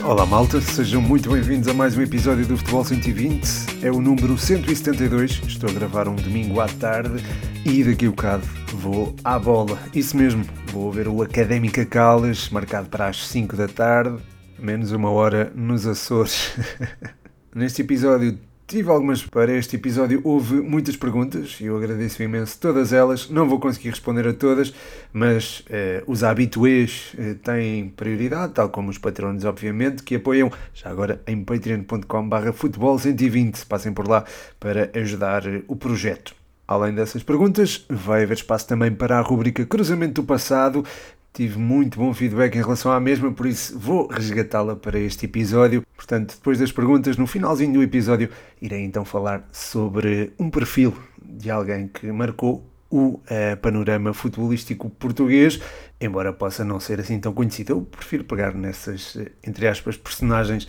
Olá malta, sejam muito bem-vindos a mais um episódio do Futebol 120. É o número 172, estou a gravar um domingo à tarde e daqui a bocado vou à bola. Isso mesmo, vou ver o Académica Caldas, marcado para as 5 da tarde, menos uma hora nos Açores. Neste episódio tive algumas. Para este episódio houve muitas perguntas e eu agradeço imenso todas elas. Não vou conseguir responder a todas, mas os habituês têm prioridade, tal como os patronos, obviamente, que apoiam já agora em patreon.com/futebol120. Passem por lá para ajudar o projeto. Além dessas perguntas, vai haver espaço também para a rubrica Cruzamento do Passado. Tive muito bom feedback em relação à mesma, por isso vou resgatá-la para este episódio. Portanto, depois das perguntas, no finalzinho do episódio, irei então falar sobre um perfil de alguém que marcou o panorama futebolístico português, embora possa não ser assim tão conhecido. Eu prefiro pegar nessas, entre aspas, personagens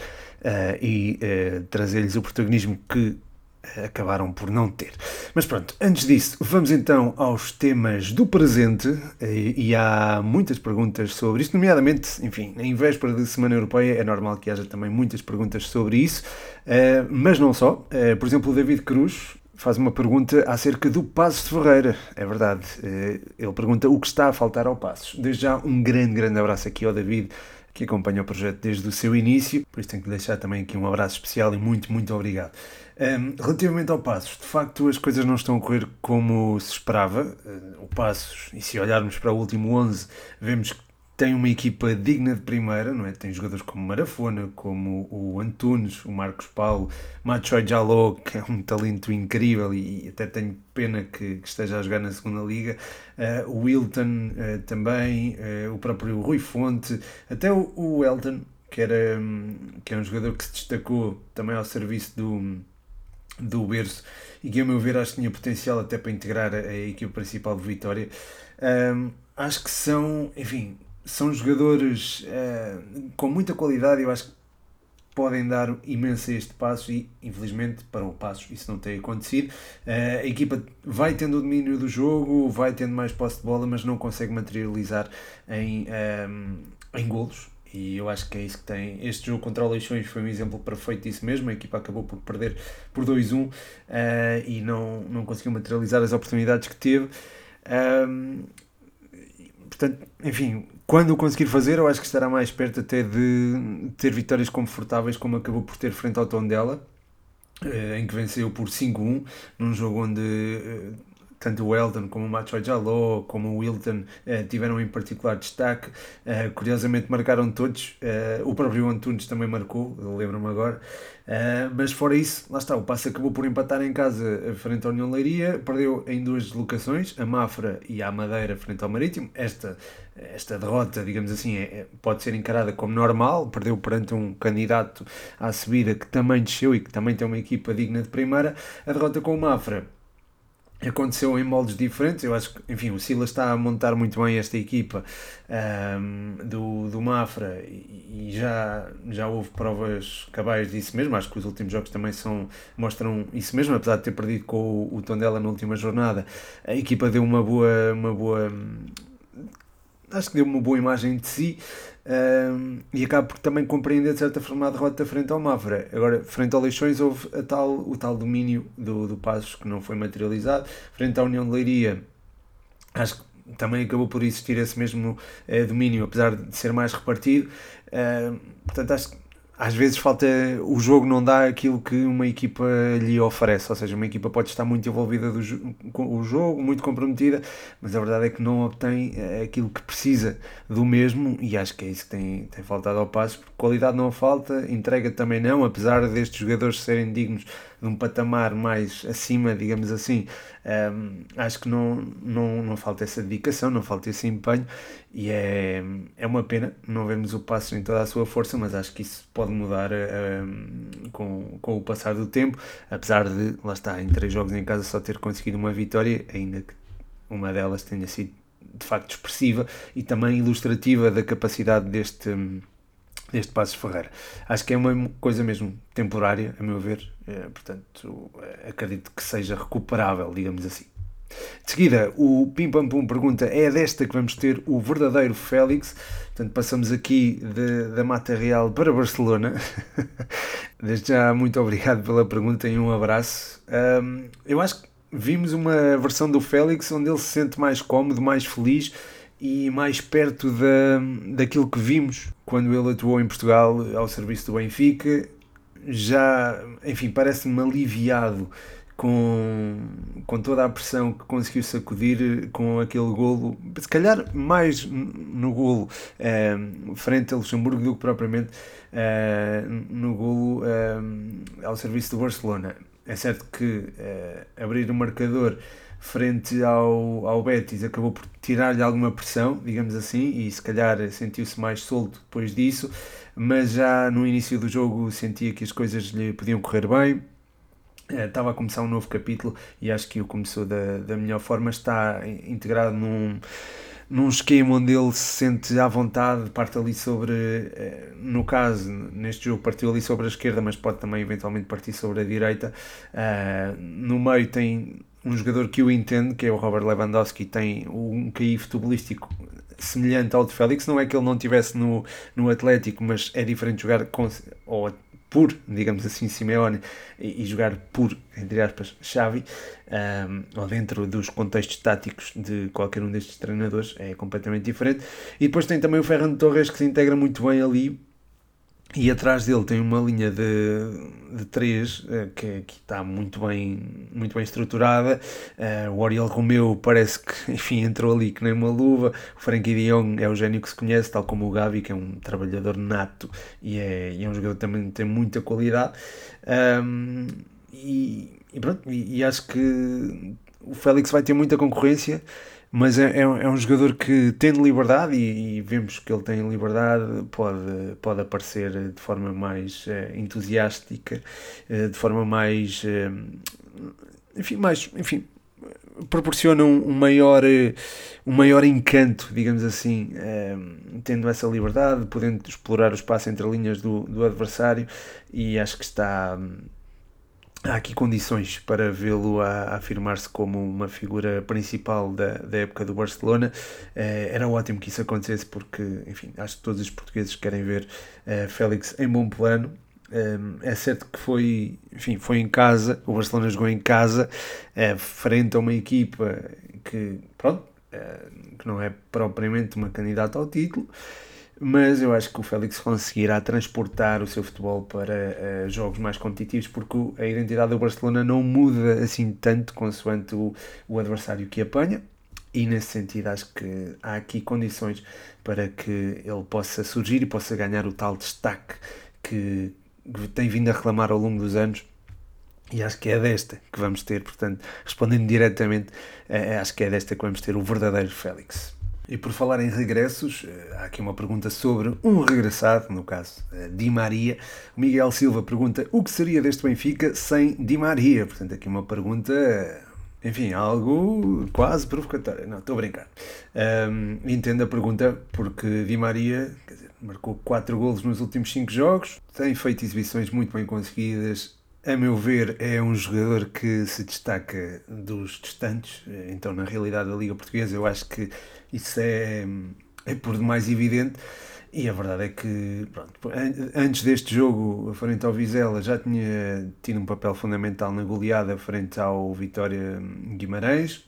e trazer-lhes o protagonismo que acabaram por não ter. Mas pronto, antes disso, vamos então aos temas do presente, e há muitas perguntas sobre isto, nomeadamente, enfim, em véspera de Semana Europeia é normal que haja também muitas perguntas sobre isso, mas não só. Por exemplo, o David Cruz faz uma pergunta acerca do Paços de Ferreira. É verdade, ele pergunta o que está a faltar ao Paços. Desde já um grande abraço aqui ao David, que acompanha o projeto desde o seu início, por isso tenho que deixar também aqui um abraço especial e muito obrigado. Relativamente ao Paços, de facto as coisas não estão a correr como se esperava. O Paços, e se olharmos para o último 11, vemos que tem uma equipa digna de primeira, não é? Tem jogadores como Marafona, como o Antunes, o Marcos Paulo, Machoy Jaló, que é um talento incrível e até tenho pena que esteja a jogar na segunda liga, o Wilton também, o próprio Rui Fonte, até o Elton, que é um jogador que se destacou também ao serviço do Berço e que, a meu ver, acho que tinha potencial até para integrar a equipa principal de Vitória. Acho que são jogadores com muita qualidade. Eu acho que podem dar imenso a este Paços e, infelizmente, para o Paços isso não tem acontecido. A equipa vai tendo o domínio do jogo, vai tendo mais posse de bola, mas não consegue materializar em golos. E eu acho que é isso que tem. Este jogo contra o Leixões foi um exemplo perfeito disso mesmo. A equipa acabou por perder por 2-1 e não conseguiu materializar as oportunidades que teve. Portanto, enfim, quando o conseguir fazer, eu acho que estará mais perto até de ter vitórias confortáveis, como acabou por ter frente ao Tondela, em que venceu por 5-1, num jogo onde tanto o Elton como o Machoy Jaló, como o Wilton tiveram em particular destaque. Curiosamente marcaram todos, o próprio Antunes também marcou, lembro-me agora. Mas fora isso, lá está, o Paços acabou por empatar em casa frente à União de Leiria, perdeu em duas deslocações, a Mafra e a Madeira frente ao Marítimo. Esta derrota, digamos assim, pode ser encarada como normal, perdeu perante um candidato à subida que também desceu e que também tem uma equipa digna de primeira. A derrota com o Mafra aconteceu em moldes diferentes. Eu acho que, enfim, o Silas está a montar muito bem esta equipa do Mafra e já houve provas cabais disso mesmo. Acho que os últimos jogos também mostram isso mesmo, apesar de ter perdido com o Tondela na última jornada. A equipa deu uma boa acho que deu uma boa imagem de si, e acaba por também compreender de certa forma a derrota frente ao Mafra. Agora, frente ao Leixões houve o tal domínio do Paços que não foi materializado. Frente à União de Leiria, acho que também acabou por existir esse mesmo domínio, apesar de ser mais repartido. Portanto, acho que às vezes o jogo não dá aquilo que uma equipa lhe oferece, ou seja, uma equipa pode estar muito envolvida com o jogo, muito comprometida, mas a verdade é que não obtém aquilo que precisa do mesmo, e acho que é isso que tem faltado ao Paços, porque qualidade não falta, entrega também não, apesar destes jogadores serem dignos de um patamar mais acima, digamos assim. Acho que não falta essa dedicação, não falta esse empenho, e é uma pena não vermos o Paços em toda a sua força, mas acho que isso pode mudar com o passar do tempo, apesar de, lá está, em 3 jogos em casa só ter conseguido uma vitória, ainda que uma delas tenha sido de facto expressiva e também ilustrativa da capacidade deste Paços Ferreira. Acho que é uma coisa mesmo temporária, a meu ver, portanto acredito que seja recuperável, digamos assim. De seguida, o Pim Pam Pum pergunta: é desta que vamos ter o verdadeiro Félix? Portanto, passamos aqui da Mata Real para Barcelona. Desde já, muito obrigado pela pergunta e um abraço. Eu acho que vimos uma versão do Félix onde ele se sente mais cómodo, mais feliz e mais perto daquilo que vimos quando ele atuou em Portugal ao serviço do Benfica. Já, enfim, parece-me aliviado com toda a pressão que conseguiu sacudir com aquele golo, se calhar mais no golo frente a Luxemburgo do que propriamente no golo ao serviço do Barcelona. É certo que abrir o marcador frente ao Betis acabou por tirar-lhe alguma pressão, digamos assim, e se calhar sentiu-se mais solto depois disso, mas já no início do jogo sentia que as coisas lhe podiam correr bem. Estava a começar um novo capítulo e acho que o começou da melhor forma. Está integrado num esquema onde ele se sente à vontade, parte ali sobre, no caso, neste jogo partiu ali sobre a esquerda, mas pode também eventualmente partir sobre a direita. No meio tem um jogador que o entende, que é o Robert Lewandowski, tem um QI futebolístico semelhante ao de Félix. Não é que ele não estivesse no Atlético, mas é diferente jogar por, digamos assim, Simeone e jogar por, entre aspas, Xavi, ou dentro dos contextos táticos de qualquer um destes treinadores, é completamente diferente. E depois tem também o Ferran Torres, que se integra muito bem ali, e atrás dele tem uma linha de três que está muito bem estruturada. O Oriol Romeu parece que, enfim, entrou ali que nem uma luva. O Frenkie de Jong é o gênio que se conhece, tal como o Gavi, que é um trabalhador nato e é um jogador que também tem muita qualidade. Pronto, e acho que o Félix vai ter muita concorrência, mas é um jogador que, tendo liberdade, e vemos que ele tem liberdade, pode aparecer de forma mais entusiástica, de forma mais, enfim, proporciona um maior encanto, digamos assim, tendo essa liberdade, podendo explorar o espaço entre linhas do adversário, e acho que há aqui condições para vê-lo a afirmar-se como uma figura principal da época do Barcelona. Era ótimo que isso acontecesse porque, enfim, acho que todos os portugueses querem ver Félix em bom plano. É certo que foi em casa, o Barcelona jogou em casa, frente a uma equipa que, pronto, que não é propriamente uma candidata ao título, mas eu acho que o Félix conseguirá transportar o seu futebol para jogos mais competitivos, porque a identidade do Barcelona não muda assim tanto consoante o adversário que apanha, e nesse sentido acho que há aqui condições para que ele possa surgir e possa ganhar o tal destaque que tem vindo a reclamar ao longo dos anos. E acho que é desta que vamos ter, portanto, respondendo diretamente, acho que é desta que vamos ter o verdadeiro Félix. E por falar em regressos, há aqui uma pergunta sobre um regressado, no caso, Di Maria. O Miguel Silva pergunta: o que seria deste Benfica sem Di Maria? Portanto, aqui uma pergunta, enfim, algo quase provocatória. Não, estou a brincar. Entendo a pergunta, porque Di Maria, quer dizer, marcou 4 golos nos últimos 5 jogos, tem feito exibições muito bem conseguidas. A meu ver, é um jogador que se destaca dos distantes. Então, na realidade da Liga Portuguesa, eu acho que isso é por demais evidente. E a verdade é que, pronto, antes deste jogo, frente ao Vizela, já tinha tido um papel fundamental na goleada frente ao Vitória Guimarães.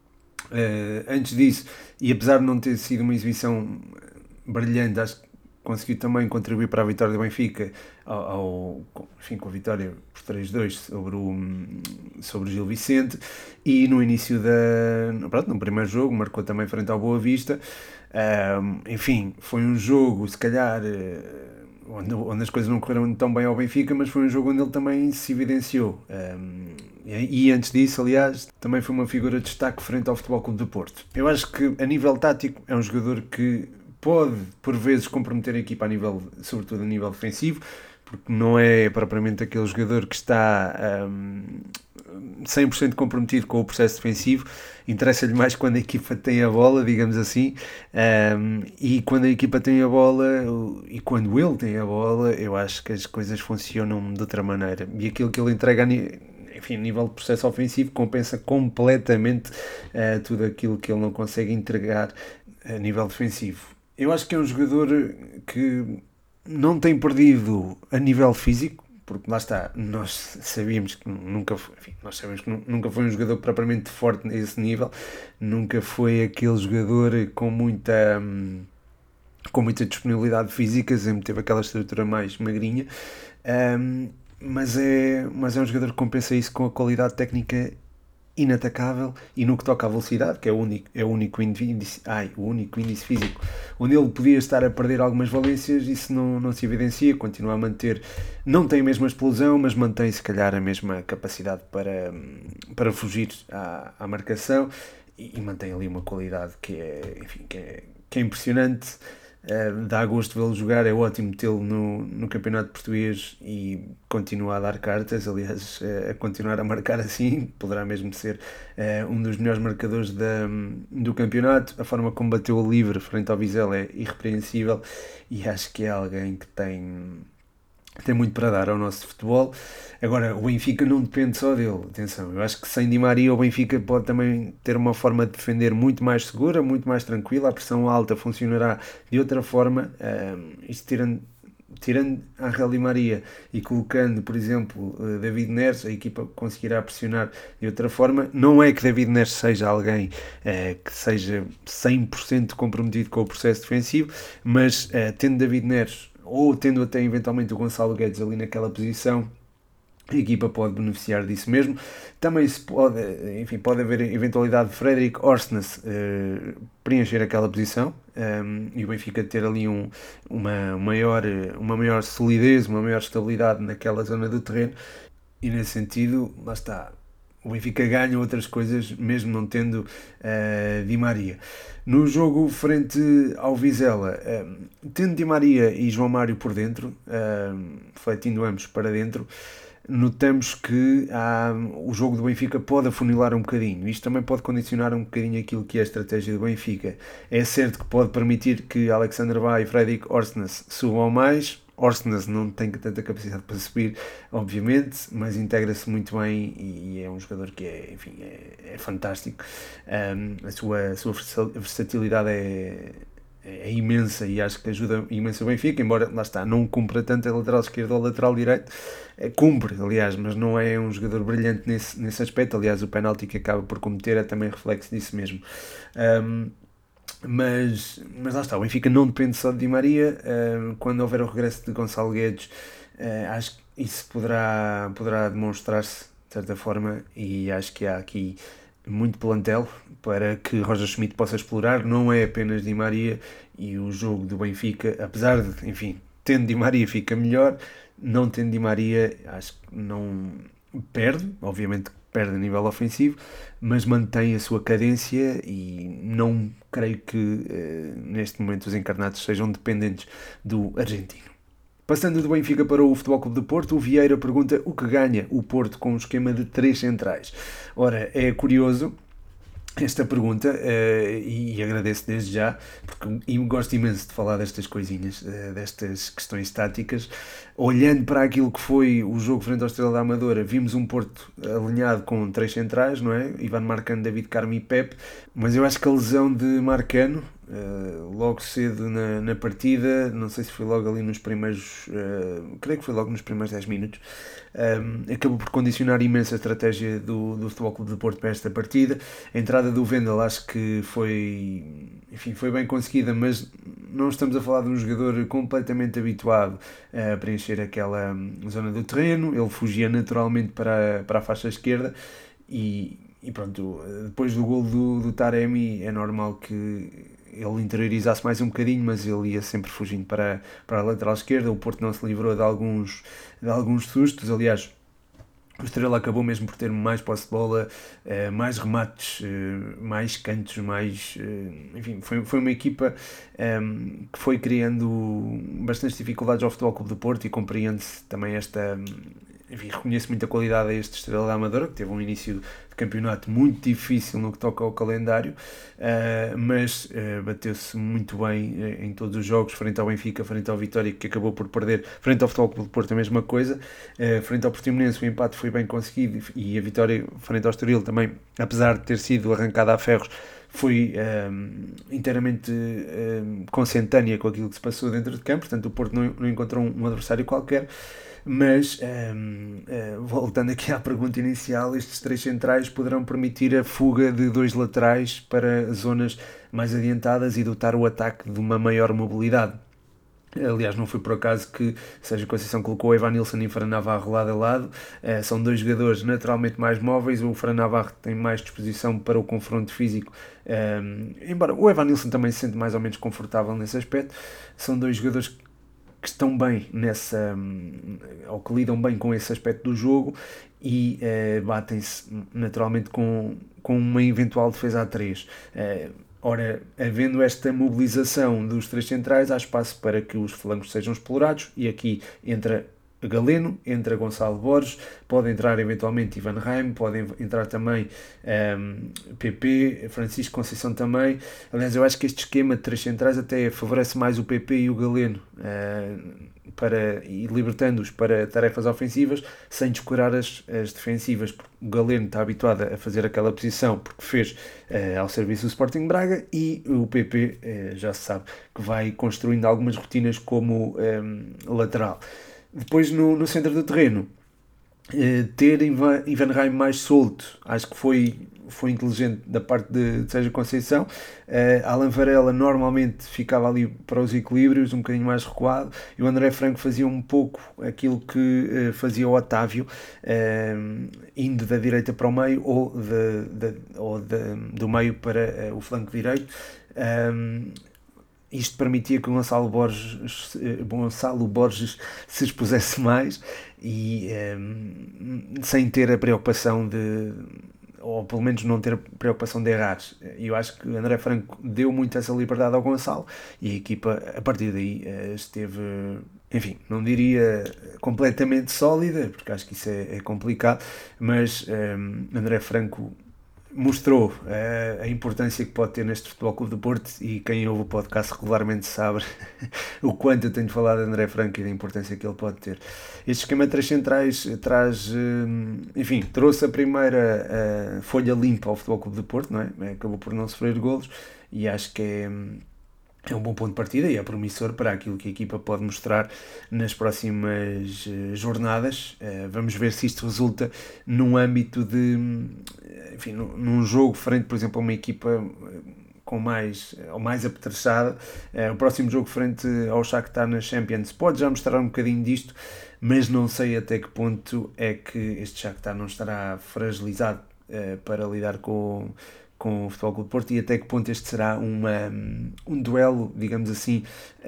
Antes disso, e apesar de não ter sido uma exibição brilhante, acho que conseguiu também contribuir para a vitória do Benfica, enfim, com a vitória por 3-2 sobre o Gil Vicente, e no início no primeiro jogo marcou também frente ao Boa Vista. Enfim, foi um jogo, se calhar, onde as coisas não correram tão bem ao Benfica, mas foi um jogo onde ele também se evidenciou. E antes disso, aliás, também foi uma figura de destaque frente ao Futebol Clube do Porto. Eu acho que, a nível tático, é um jogador que pode, por vezes, comprometer a equipa sobretudo a nível defensivo, porque não é propriamente aquele jogador que está 100% comprometido com o processo defensivo. Interessa-lhe mais quando a equipa tem a bola, digamos assim, e quando a equipa tem a bola e quando ele tem a bola, eu acho que as coisas funcionam de outra maneira, e aquilo que ele entrega enfim, a nível de processo ofensivo, compensa completamente tudo aquilo que ele não consegue entregar a nível defensivo. Eu acho que é um jogador que não tem perdido a nível físico, porque lá está, nós sabíamos que nunca foi, enfim, nós sabemos que nunca foi um jogador propriamente forte nesse nível, nunca foi aquele jogador com muita disponibilidade física, sempre teve aquela estrutura mais magrinha, um, mas é um jogador que compensa isso com a qualidade técnica inatacável e no que toca à velocidade, que é o único índice físico onde ele podia estar a perder algumas valências, isso não se evidencia, continua a manter, não tem a mesma explosão, mas mantém se calhar a mesma capacidade para fugir à marcação e mantém ali uma qualidade enfim, que é impressionante. Dá gosto vê-lo jogar, é ótimo tê-lo no campeonato português e continua a dar cartas, aliás, a continuar a marcar assim, poderá mesmo ser um dos melhores marcadores do campeonato. A forma como bateu o livre frente ao Vizela é irrepreensível e acho que é alguém que tem muito para dar ao nosso futebol. Agora, o Benfica não depende só dele, atenção, eu acho que sem Di Maria o Benfica pode também ter uma forma de defender muito mais segura, muito mais tranquila, a pressão alta funcionará de outra forma, isto tirando Ángel Di Maria e colocando, por exemplo, David Neres, a equipa conseguirá pressionar de outra forma. Não é que David Neres seja alguém que seja 100% comprometido com o processo defensivo, mas tendo David Neres ou tendo até eventualmente o Gonçalo Guedes ali naquela posição, a equipa pode beneficiar disso mesmo. Também pode haver a eventualidade de Fredrik Orsnes preencher aquela posição, e o Benfica ter ali uma maior solidez, uma maior estabilidade naquela zona do terreno, e nesse sentido, lá está, o Benfica ganha outras coisas mesmo não tendo Di Maria. No jogo frente ao Vizela, tendo Di Maria e João Mário por dentro, refletindo ambos para dentro, notamos que o jogo do Benfica pode afunilar um bocadinho. Isto também pode condicionar um bocadinho aquilo que é a estratégia do Benfica. É certo que pode permitir que Alexander Bá e Fredrik Orsnes subam mais. Orsnes não tem tanta capacidade para subir, obviamente, mas integra-se muito bem e é um jogador que enfim, é fantástico. A sua versatilidade é imensa e acho que ajuda imenso o Benfica, embora, lá está, não cumpra tanto a lateral esquerdo ou lateral direito, cumpre, aliás, mas não é um jogador brilhante nesse aspecto. Aliás, o penalti que acaba por cometer é também reflexo disso mesmo. Mas lá está, o Benfica não depende só de Di Maria. Quando houver o regresso de Gonçalo Guedes, acho que isso poderá demonstrar-se de certa forma, e acho que há aqui muito plantel para que Roger Schmidt possa explorar. Não é apenas Di Maria, e o jogo do Benfica, apesar de, enfim, tendo Di Maria fica melhor, não tendo Di Maria acho que não perde, obviamente perde a nível ofensivo, mas mantém a sua cadência e não creio que neste momento os encarnados sejam dependentes do argentino. Passando do Benfica para o Futebol Clube de Porto, o Vieira pergunta o que ganha o Porto com um esquema de 3 centrais. Ora, é curioso esta pergunta e agradeço desde já, porque gosto imenso de falar destas coisinhas, destas questões táticas. Olhando para aquilo que foi o jogo frente ao Estrela da Amadora, vimos um Porto alinhado com 3 centrais, não é? Ivan Marcano, David Carmo e Pepe, mas eu acho que a lesão de Marcano, logo cedo na partida, não sei se foi logo ali nos primeiros, creio que foi logo nos primeiros 10 minutos, acabou por condicionar imenso a estratégia do Futebol Clube de Porto para esta partida. A entrada do Vendel acho que foi bem conseguida, mas não estamos a falar de um jogador completamente habituado a preencher aquela zona do terreno. Ele fugia naturalmente para a faixa esquerda e pronto, depois do golo do Taremi é normal que ele interiorizasse mais um bocadinho, mas ele ia sempre fugindo para a lateral esquerda. O Porto não se livrou de alguns sustos. Aliás, o Estrela acabou mesmo por ter mais posse de bola, mais remates, mais cantos, enfim, foi uma equipa que foi criando bastantes dificuldades ao Futebol Clube do Porto, e compreende-se também enfim, reconheço muita qualidade a este Estrela da Amadora, que teve um início de campeonato muito difícil no que toca ao calendário, mas bateu-se muito bem em todos os jogos, frente ao Benfica, frente ao Vitória, que acabou por perder, frente ao Futebol Clube do Porto a mesma coisa, frente ao Portimonense o empate foi bem conseguido e a vitória frente ao Estoril também, apesar de ter sido arrancada a ferros, foi inteiramente consentânea com aquilo que se passou dentro de campo, portanto o Porto não encontrou um adversário qualquer. Mas, voltando aqui à pergunta inicial, estes três centrais poderão permitir a fuga de dois laterais para zonas mais adiantadas e dotar o ataque de uma maior mobilidade. Aliás, não foi por acaso que Sérgio Conceição colocou o Evanilson e o Fran Navarro lado a lado. São dois jogadores naturalmente mais móveis. O Fran Navarro tem mais disposição para o confronto físico, embora o Evanilson também se sente mais ou menos confortável nesse aspecto. São dois jogadores que estão bem ou que lidam bem com esse aspecto do jogo e batem-se naturalmente com uma eventual defesa a 3. Ora, havendo esta mobilização dos três centrais, há espaço para que os flancos sejam explorados e aqui entra Galeno, entra Gonçalo Borges, pode entrar eventualmente Ivan Reim, pode entrar também PP, Francisco Conceição também. Aliás, eu acho que este esquema de três centrais até favorece mais o PP e o Galeno, e libertando-os para tarefas ofensivas sem descurar as defensivas, porque o Galeno está habituado a fazer aquela posição porque fez ao serviço do Sporting Braga, e o PP já se sabe que vai construindo algumas rotinas como lateral. Depois no centro do terreno, ter Ivan Reim mais solto, acho que foi inteligente da parte de Sérgio Conceição. Alan Varela normalmente ficava ali para os equilíbrios, um bocadinho mais recuado, e o André Franco fazia um pouco aquilo que fazia o Otávio, indo da direita para o meio ou do meio para o flanco direito. Isto permitia que o Gonçalo Borges se expusesse mais e sem ter a preocupação ou pelo menos não ter a preocupação de errar. E eu acho que o André Franco deu muito essa liberdade ao Gonçalo e a equipa a partir daí esteve, enfim, não diria completamente sólida, porque acho que isso é complicado, mas André Franco mostrou a importância que pode ter neste Futebol Clube do Porto, e quem ouve o podcast regularmente sabe o quanto eu tenho falado de André Franco e da importância que ele pode ter. Este esquema de três centrais trouxe a primeira folha limpa ao Futebol Clube do Porto, não é? Acabou por não sofrer golos e acho que é um bom ponto de partida e é promissor para aquilo que a equipa pode mostrar nas próximas jornadas. Vamos ver se isto resulta num âmbito de, enfim, num jogo frente, por exemplo, a uma equipa com mais apetrechada. O próximo jogo frente ao Shakhtar na Champions pode já mostrar um bocadinho disto, mas não sei até que ponto é que este Shakhtar não estará fragilizado para lidar com o Futebol Clube do Porto, e até que ponto este será um duelo, digamos assim,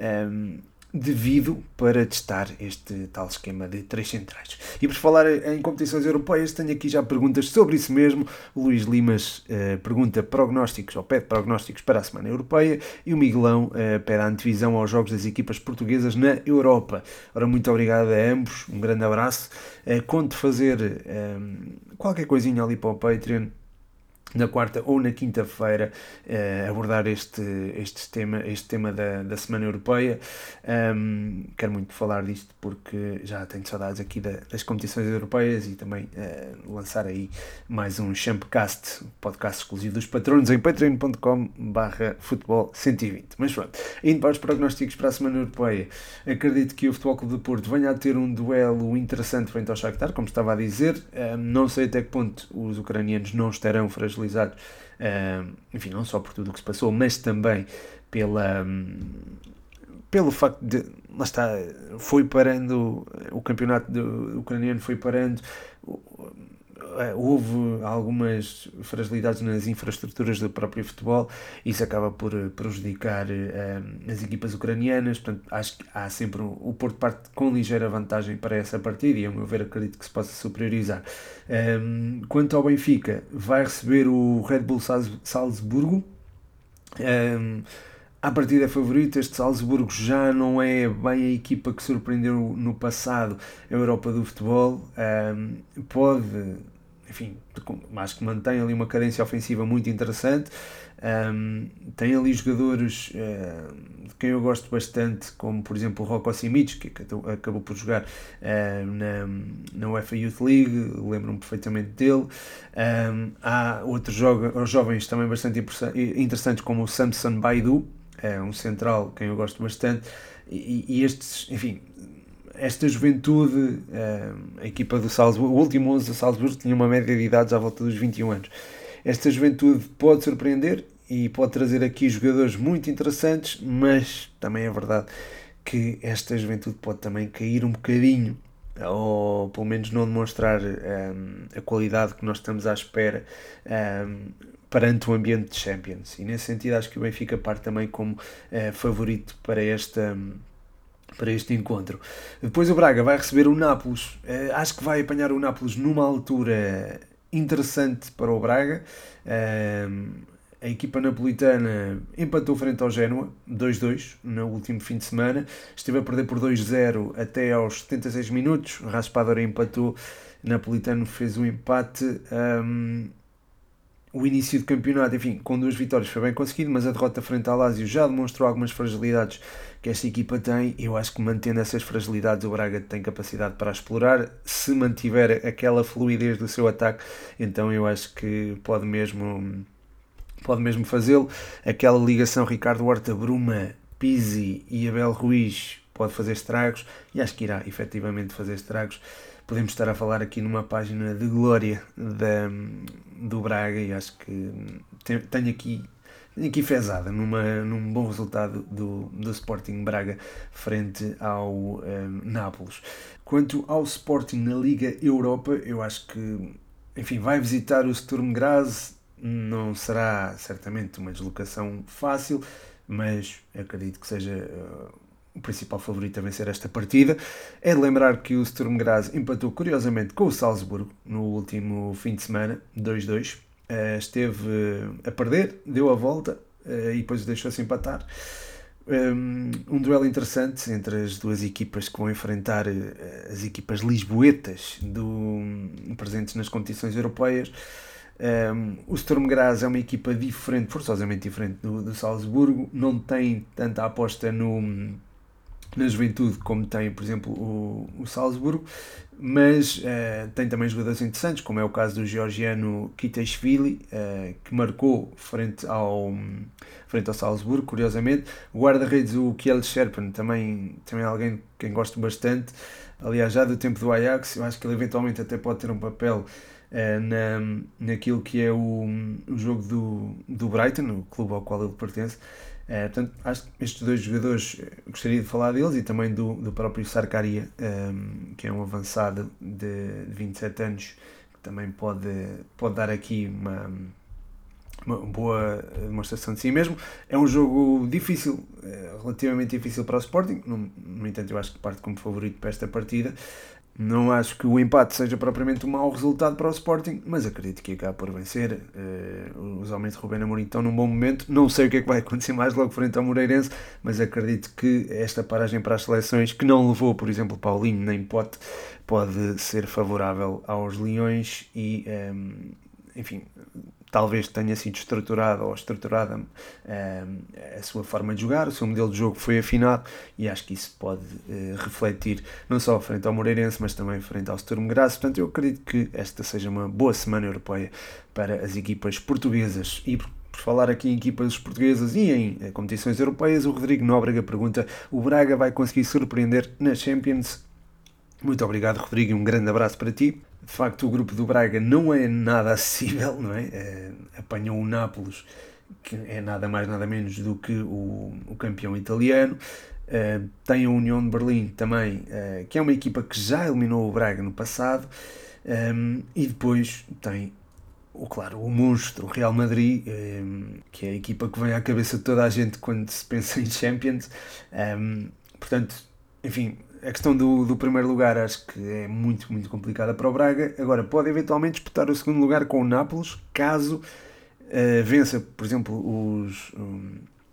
devido para testar este tal esquema de três centrais. E por falar em competições europeias, tenho aqui já perguntas sobre isso mesmo. O Luís Limas pergunta pede prognósticos para a Semana Europeia, e o Miguelão pede a antevisão aos jogos das equipas portuguesas na Europa. Ora, muito obrigado a ambos, um grande abraço. Conto fazer qualquer coisinha ali para o Patreon, na quarta ou na quinta-feira, abordar este tema da Semana Europeia. Quero muito falar disto porque já tenho saudades aqui das competições europeias, e também lançar aí mais um Champcast, podcast exclusivo dos patronos em patreon.com/futebol120. Mas pronto, indo para os prognósticos para a Semana Europeia, acredito que o Futebol Clube do Porto venha a ter um duelo interessante frente ao Shakhtar, como estava a dizer. Não sei até que ponto os ucranianos não estarão fragilizados, enfim, não só por tudo o que se passou, mas também pelo facto de, lá está, foi parando o campeonato ucraniano, foi parando, houve algumas fragilidades nas infraestruturas do próprio futebol, isso acaba por prejudicar as equipas ucranianas. Portanto, acho que há sempre o Porto parte com ligeira vantagem para essa partida, e a meu ver acredito que se possa superiorizar. Quanto ao Benfica, vai receber o Red Bull Salzburgo. à partida é favorito. Este Salzburgo já não é bem a equipa que surpreendeu no passado a Europa do futebol. Pode, enfim, acho que mantém ali uma cadência ofensiva muito interessante. Tem ali jogadores de quem eu gosto bastante, como por exemplo o Rocco Simic, que acabou por jogar na UEFA Youth League, lembro-me perfeitamente dele. Há outros jovens também bastante interessantes, como o Samson Baidu, um central quem eu gosto bastante, e estes, enfim, esta juventude, a equipa do Salzburgo, o último 11 do Salzburgo tinha uma média de idades à volta dos 21 anos. Esta juventude pode surpreender e pode trazer aqui jogadores muito interessantes, mas também é verdade que esta juventude pode também cair um bocadinho, ou pelo menos não demonstrar a qualidade que nós estamos à espera perante o ambiente de Champions. E nesse sentido acho que o Benfica parte também como favorito para este encontro. Depois o Braga vai receber o Nápoles. Acho que vai apanhar o Nápoles numa altura interessante para o Braga. A equipa napolitana empatou frente ao Génua 2-2 no último fim de semana. Esteve a perder por 2-0 até aos 76 minutos. Raspadori empatou. Napolitano fez um empate. O início do campeonato, enfim, com 2 vitórias foi bem conseguido, mas a derrota frente ao Lazio já demonstrou algumas fragilidades que esta equipa tem. Eu acho que mantendo essas fragilidades o Braga tem capacidade para explorar. Se mantiver aquela fluidez do seu ataque, então eu acho que pode mesmo fazê-lo. Aquela ligação Ricardo Horta, Bruma, Pizzi e Abel Ruiz pode fazer estragos, e acho que irá efetivamente fazer estragos. Podemos estar a falar aqui numa página de glória do Braga, e acho que tenho aqui fezada num bom resultado do Sporting Braga frente ao Nápoles. Quanto ao Sporting na Liga Europa, eu acho que, enfim, vai visitar o Sturm Graz. Não será certamente uma deslocação fácil, mas acredito que seja o principal favorito a vencer esta partida. É de lembrar que o Sturm Graz empatou curiosamente com o Salzburgo no último fim de semana, 2-2. Esteve a perder, deu a volta e depois deixou-se empatar. Um duelo interessante entre as duas equipas que vão enfrentar as equipas lisboetas presentes nas competições europeias. O Sturm Graz é uma equipa diferente, forçosamente diferente do Salzburgo. Não tem tanta aposta na juventude como tem, por exemplo, o Salzburgo, mas tem também jogadores interessantes, como é o caso do georgiano Kitaishvili, que marcou frente ao Salzburgo, curiosamente. O guarda-redes, o Kiel Scherpen, também é alguém quem gosto bastante. Aliás, já do tempo do Ajax, eu acho que ele eventualmente até pode ter um papel naquilo que é o jogo do Brighton, o clube ao qual ele pertence. Portanto, acho que estes dois jogadores, gostaria de falar deles, e também do próprio Sarkaria, que é um avançado de 27 anos, que também pode dar aqui uma boa demonstração de si mesmo. É um jogo difícil, relativamente difícil para o Sporting. No entanto, eu acho que parte como favorito para esta partida. Não acho que o empate seja propriamente um mau resultado para o Sporting, mas acredito que acabe por vencer. Os homens de Rubén Amorim estão num bom momento. Não sei o que é que vai acontecer mais logo frente ao Moreirense, mas acredito que esta paragem para as seleções, que não levou, por exemplo, Paulinho nem Pote, pode ser favorável aos Leões e, enfim, talvez tenha sido estruturada a sua forma de jogar, o seu modelo de jogo foi afinado, e acho que isso pode refletir não só frente ao Moreirense, mas também frente ao Sturm Graz. Portanto, eu acredito que esta seja uma boa semana europeia para as equipas portuguesas. E por falar aqui em equipas portuguesas e em competições europeias, o Rodrigo Nóbrega pergunta: o Braga vai conseguir surpreender na Champions? Muito obrigado, Rodrigo, e um grande abraço para ti. De facto, o grupo do Braga não é nada acessível, não é? Apanhou o Nápoles, que é nada mais nada menos do que o campeão italiano. Tem a União de Berlim também, que é uma equipa que já eliminou o Braga no passado. E depois tem, claro, o monstro, o Real Madrid, que é a equipa que vem à cabeça de toda a gente quando se pensa em Champions. Portanto, enfim, a questão do primeiro lugar acho que é muito, muito complicada para o Braga. Agora, pode eventualmente disputar o segundo lugar com o Nápoles, caso vença, por exemplo,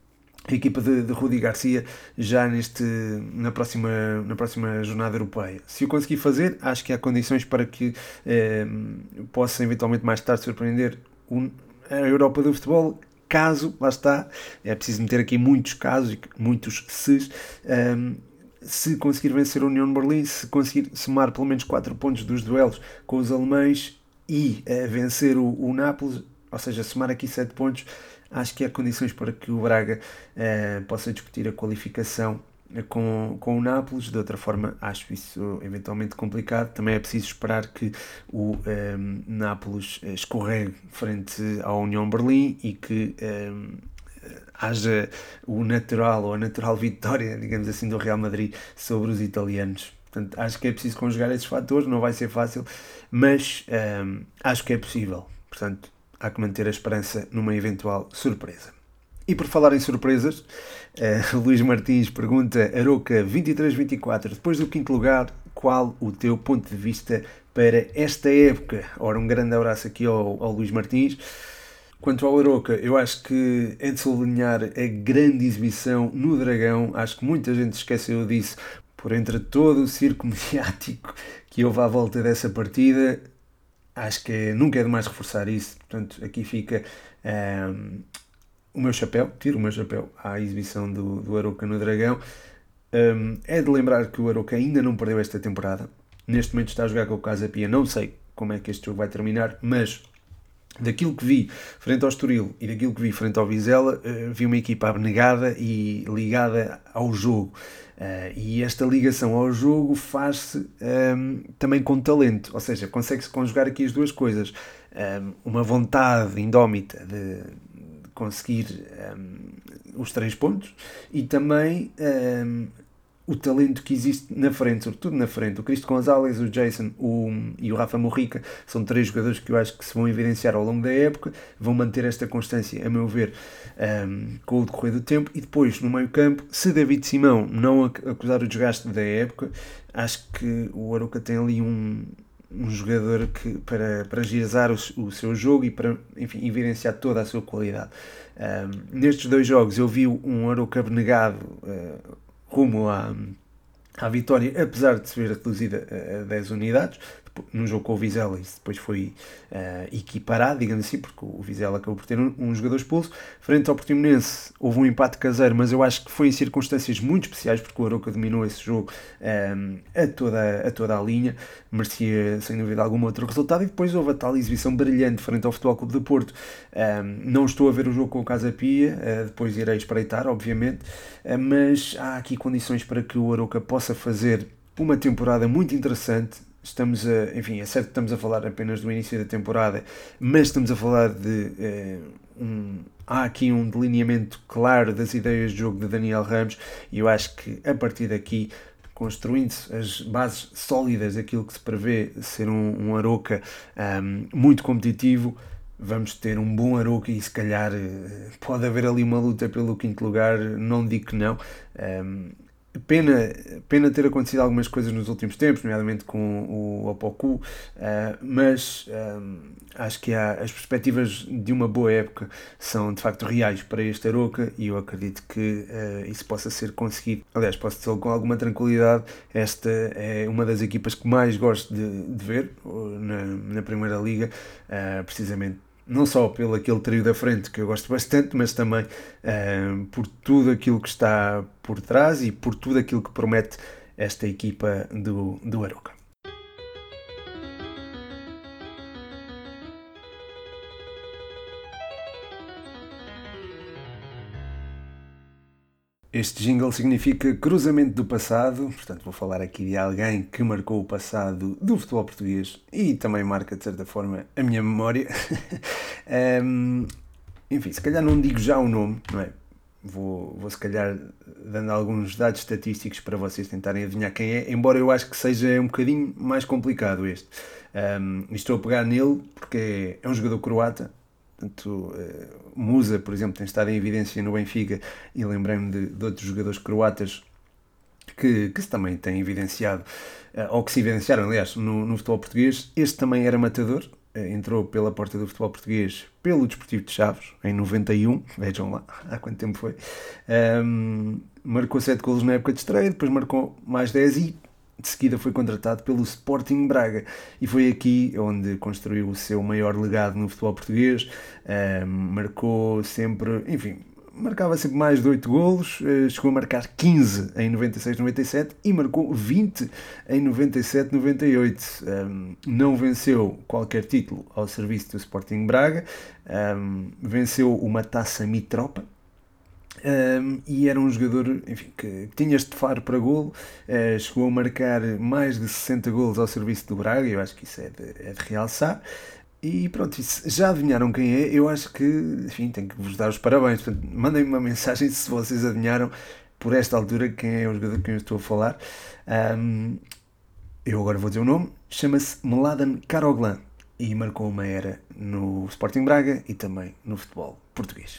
a equipa de Rudi Garcia já na próxima jornada europeia. Se o conseguir fazer, acho que há condições para que possa eventualmente mais tarde surpreender a Europa do futebol. Caso, lá está, é preciso meter aqui muitos casos e muitos ses, se conseguir vencer a União de Berlim, se conseguir somar pelo menos 4 pontos dos duelos com os alemães e vencer o Nápoles, ou seja, somar aqui 7 pontos, acho que há condições para que o Braga possa discutir a qualificação com o Nápoles. De outra forma, acho isso eventualmente complicado. Também é preciso esperar que o Nápoles escorregue frente à União Berlim e que haja o natural ou a natural vitória, digamos assim, do Real Madrid sobre os italianos. Portanto, acho que é preciso conjugar esses fatores, não vai ser fácil, mas acho que é possível. Portanto, há que manter a esperança numa eventual surpresa. E por falar em surpresas, Luís Martins pergunta, Aroca 23-24, depois do quinto lugar, qual o teu ponto de vista para esta época? Ora, um grande abraço aqui ao Luís Martins. Quanto ao Aroca, eu acho que é de sublinhar a grande exibição no Dragão. Acho que muita gente esqueceu disso por entre todo o circo mediático que houve à volta dessa partida. Acho que nunca é demais reforçar isso. Portanto, aqui fica o meu chapéu, tiro o meu chapéu à exibição do Aroca no Dragão. É de lembrar que o Aroca ainda não perdeu esta temporada. Neste momento está a jogar com o Casa Pia. Não sei como é que este jogo vai terminar, mas daquilo que vi frente ao Estoril e daquilo que vi frente ao Vizela, vi uma equipa abnegada e ligada ao jogo. E esta ligação ao jogo faz-se também com talento, ou seja, consegue-se conjugar aqui as duas coisas. Uma vontade indómita de conseguir os 3 pontos e também o talento que existe na frente, sobretudo na frente. O Cristo Gonzalez, o Jason e o Rafa Morrica são 3 jogadores que eu acho que se vão evidenciar ao longo da época, vão manter esta constância, a meu ver, com o decorrer do tempo. E depois, no meio campo, se David Simão não acusar o desgaste da época, acho que o Aroca tem ali um jogador que, para agilizar o seu jogo e para, enfim, evidenciar toda a sua qualidade. Nestes 2 jogos eu vi um Aroca abnegado rumo à vitória, apesar de se ver reduzida a 10 unidades. No jogo com o Vizela isso depois foi equiparado, digamos assim, porque o Vizela acabou por ter um jogador expulso. Frente ao Portimonense houve um empate caseiro, mas eu acho que foi em circunstâncias muito especiais, porque o Aroca dominou esse jogo a toda a linha, merecia sem dúvida alguma outro resultado. E depois houve a tal exibição brilhante frente ao Futebol Clube de Porto. Não estou a ver o jogo com o Casa Pia, depois irei espreitar, obviamente, mas há aqui condições para que o Aroca possa fazer uma temporada muito interessante. Enfim, é certo que estamos a falar apenas do início da temporada, mas estamos a falar de há aqui um delineamento claro das ideias de jogo de Daniel Ramos, e eu acho que a partir daqui, construindo-se as bases sólidas daquilo que se prevê ser um Aroca muito competitivo, vamos ter um bom Aroca e se calhar pode haver ali uma luta pelo quinto lugar, não digo que não. Pena ter acontecido algumas coisas nos últimos tempos, nomeadamente com o Opoku, mas acho que as perspectivas de uma boa época são de facto reais para este Aroca e eu acredito que isso possa ser conseguido. Aliás, posso dizer com alguma tranquilidade, esta é uma das equipas que mais gosto de ver na Primeira Liga, precisamente não só pelo aquele trio da frente que eu gosto bastante, mas também por tudo aquilo que está por trás e por tudo aquilo que promete esta equipa do Aroca. Este jingle significa cruzamento do passado, portanto vou falar aqui de alguém que marcou o passado do futebol português e também marca de certa forma a minha memória. Enfim, se calhar não digo já o nome, não é? Vou se calhar dando alguns dados estatísticos para vocês tentarem adivinhar quem é, embora eu acho que seja um bocadinho mais complicado este. Estou a pegar nele porque é um jogador croata. Portanto, Musa, por exemplo, tem estado em evidência no Benfica e lembrei-me de outros jogadores croatas que se também têm evidenciado, ou que se evidenciaram, aliás, no futebol português. Este também era matador, entrou pela porta do futebol português pelo Desportivo de Chaves, em 91, vejam lá, há quanto tempo foi. Marcou 7 golos na época de estreia, depois marcou mais 10 e de seguida foi contratado pelo Sporting Braga e foi aqui onde construiu o seu maior legado no futebol português. Marcou sempre, enfim, marcava sempre mais de 8 golos, chegou a marcar 15 em 96-97 e marcou 20 em 97-98. Não venceu qualquer título ao serviço do Sporting Braga, venceu uma taça Mitropa. E era um jogador, enfim, que tinha este faro para golo, chegou a marcar mais de 60 golos ao serviço do Braga, eu acho que isso é de realçar. E pronto, já adivinharam quem é? Eu acho que, enfim, tenho que vos dar os parabéns. Portanto, mandem-me uma mensagem se vocês adivinharam por esta altura quem é o jogador que eu estou a falar. Eu agora vou dizer o nome, chama-se Mladen Karoglan e marcou uma era no Sporting Braga e também no futebol português.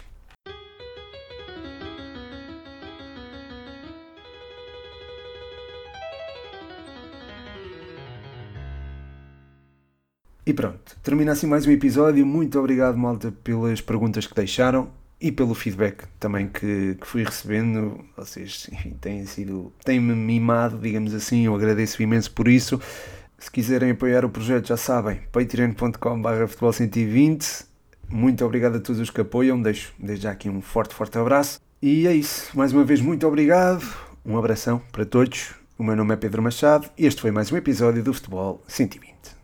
E pronto, termina assim mais um episódio. Muito obrigado, malta, pelas perguntas que deixaram e pelo feedback também que fui recebendo. Vocês, enfim, têm-me mimado, digamos assim. Eu agradeço imenso por isso. Se quiserem apoiar o projeto, já sabem, patreon.com/futebol120. Muito obrigado a todos os que apoiam. Deixo desde já aqui um forte, forte abraço. E é isso. Mais uma vez, muito obrigado. Um abração para todos. O meu nome é Pedro Machado e este foi mais um episódio do Futebol 120.